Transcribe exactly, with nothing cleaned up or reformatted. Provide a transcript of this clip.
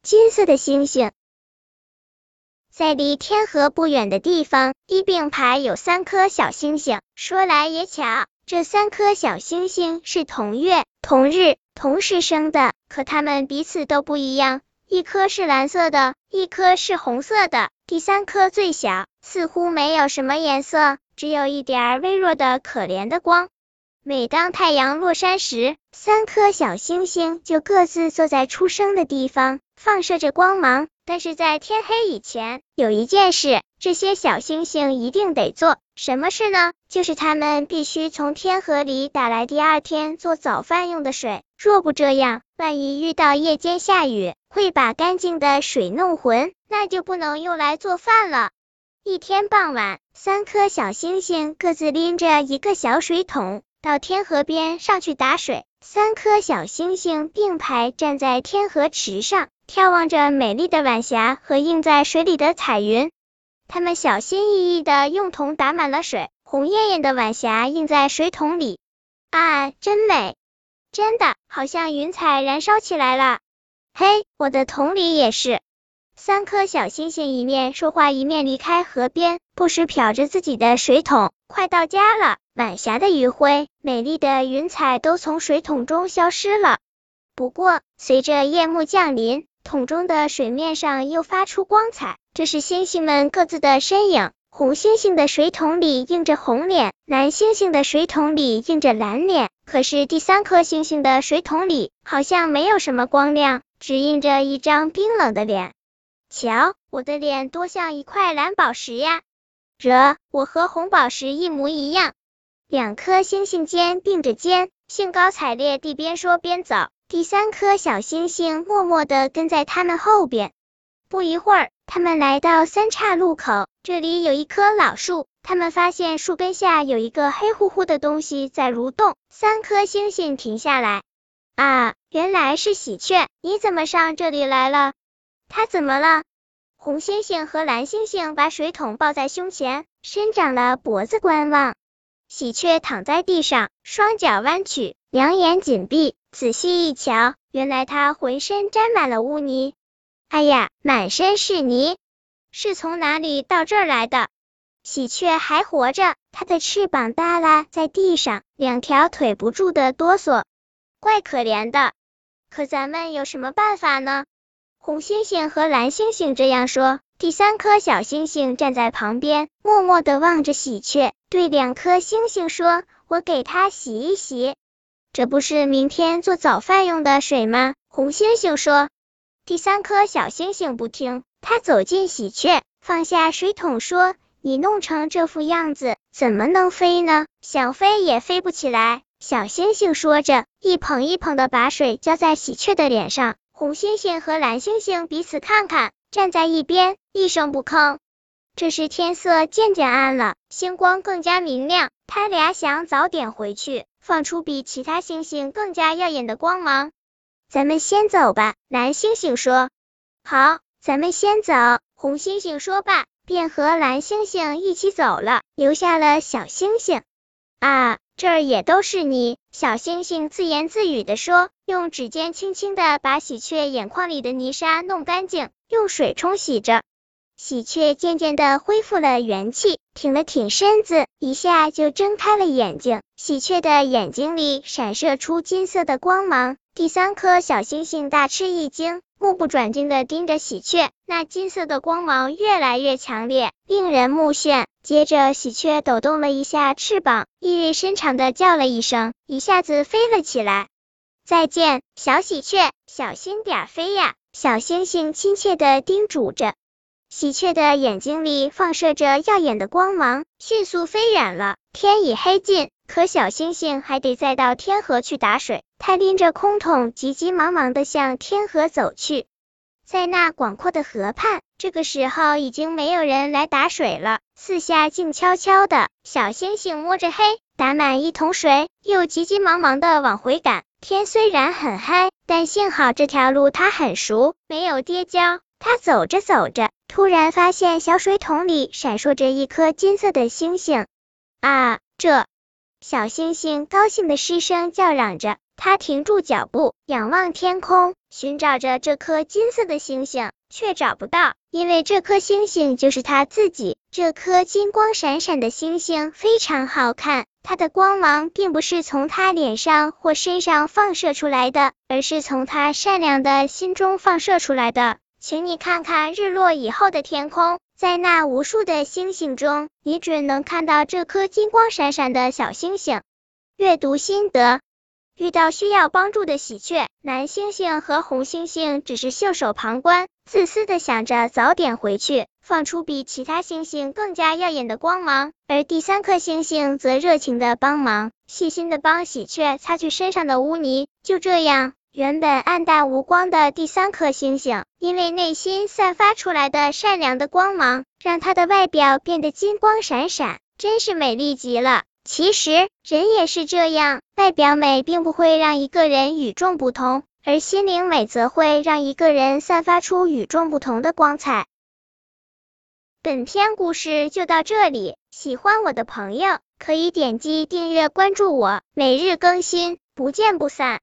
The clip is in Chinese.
金色的星星。在离天河不远的地方，一并排有三颗小星星。说来也巧，这三颗小星星是同月、同日、同时生的，可它们彼此都不一样。一颗是蓝色的，一颗是红色的，第三颗最小，似乎没有什么颜色，只有一点微弱的可怜的光。每当太阳落山时，三颗小星星就各自坐在出生的地方，放射着光芒。但是在天黑以前，有一件事，这些小星星一定得做。什么事呢？就是它们必须从天河里打来第二天做早饭用的水。若不这样，万一遇到夜间下雨，会把干净的水弄浑，那就不能用来做饭了。一天傍晚，三颗小星星各自拎着一个小水桶，到天河边上去打水。三颗小星星并排站在天河池上，眺望着美丽的晚霞和映在水里的彩云。它们小心翼翼地用桶打满了水，红艳艳的晚霞映在水桶里。啊，真美！真的，好像云彩燃烧起来了。嘿，我的桶里也是。三颗小星星一面说话一面离开河边，不时瞟着自己的水桶。快到家了，晚霞的余晖，美丽的云彩都从水桶中消失了。不过，随着夜幕降临，桶中的水面上又发出光彩，这是星星们各自的身影。红星星的水桶里映着红脸，蓝星星的水桶里映着蓝脸，可是第三颗星星的水桶里好像没有什么光亮，只映着一张冰冷的脸。瞧，我的脸多像一块蓝宝石呀！这，我和红宝石一模一样。两颗星星间并着肩，兴高采烈地边说边走。第三颗小星星默默地跟在他们后边。不一会儿，他们来到三岔路口，这里有一棵老树，他们发现树根下有一个黑乎乎的东西在蠕动。三颗星星停下来。啊，原来是喜鹊，你怎么上这里来了？它怎么了？红星星和蓝星星把水桶抱在胸前，伸长了脖子观望。喜鹊躺在地上，双脚弯曲，两眼紧闭，仔细一瞧，原来它浑身沾满了污泥。哎呀，满身是泥，是从哪里到这儿来的？喜鹊还活着，它的翅膀耷拉在地上，两条腿不住的哆嗦，怪可怜的。可咱们有什么办法呢？红星星和蓝星星这样说，第三颗小星星站在旁边，默默地望着喜鹊，对两颗星星说，我给它洗一洗。这不是明天做早饭用的水吗？红星星说。第三颗小星星不听，他走近喜鹊，放下水桶说，你弄成这副样子，怎么能飞呢？想飞也飞不起来。小星星说着，一捧一捧的把水浇在喜鹊的脸上。红星星和蓝星星彼此看看，站在一边，一声不吭。这时天色渐渐暗了，星光更加明亮，他俩想早点回去，放出比其他星星更加耀眼的光芒。咱们先走吧，蓝星星说。好，咱们先走，红星星说罢，便和蓝星星一起走了，留下了小星星。啊，这儿也都是泥，小星星自言自语地说，用指尖轻轻地把喜鹊眼眶里的泥沙弄干净，用水冲洗着。喜鹊渐渐地恢复了元气，挺了挺身子，一下就睁开了眼睛。喜鹊的眼睛里闪射出金色的光芒。第三颗小星星大吃一惊，目不转睛地盯着喜鹊，那金色的光芒越来越强烈，令人目眩。接着喜鹊抖动了一下翅膀，意味深长地叫了一声，一下子飞了起来。再见，小喜鹊，小心点飞呀！小星星亲切地叮嘱着。喜鹊的眼睛里放射着耀眼的光芒，迅速飞远了。天已黑尽，可小星星还得再到天河去打水。他拎着空桶，急急忙忙地向天河走去。在那广阔的河畔，这个时候已经没有人来打水了，四下静悄悄的。小星星摸着黑，打满一桶水，又急急忙忙地往回赶。天虽然很黑，但幸好这条路他很熟，没有跌跤。他走着走着，突然发现小水桶里闪烁着一颗金色的星星。啊，这！小星星高兴地失声叫嚷着， 他停住脚步，仰望天空，寻找着这颗金色的星星，却找不到，因为这颗星星就是他自己。这颗金光闪闪的星星非常好看，它的光芒并不是从他脸上或身上放射出来的，而是从他善良的心中放射出来的。请你看看日落以后的天空，在那无数的星星中，你准能看到这颗金光闪闪的小星星。阅读心得：遇到需要帮助的喜鹊，蓝星星和红星星只是袖手旁观，自私的想着早点回去，放出比其他星星更加耀眼的光芒，而第三颗星星则热情的帮忙，细心的帮喜鹊擦去身上的污泥。就这样，原本暗淡无光的第三颗星星，因为内心散发出来的善良的光芒，让它的外表变得金光闪闪，真是美丽极了。其实，人也是这样，外表美并不会让一个人与众不同，而心灵美则会让一个人散发出与众不同的光彩。本篇故事就到这里，喜欢我的朋友可以点击订阅关注我，每日更新，不见不散。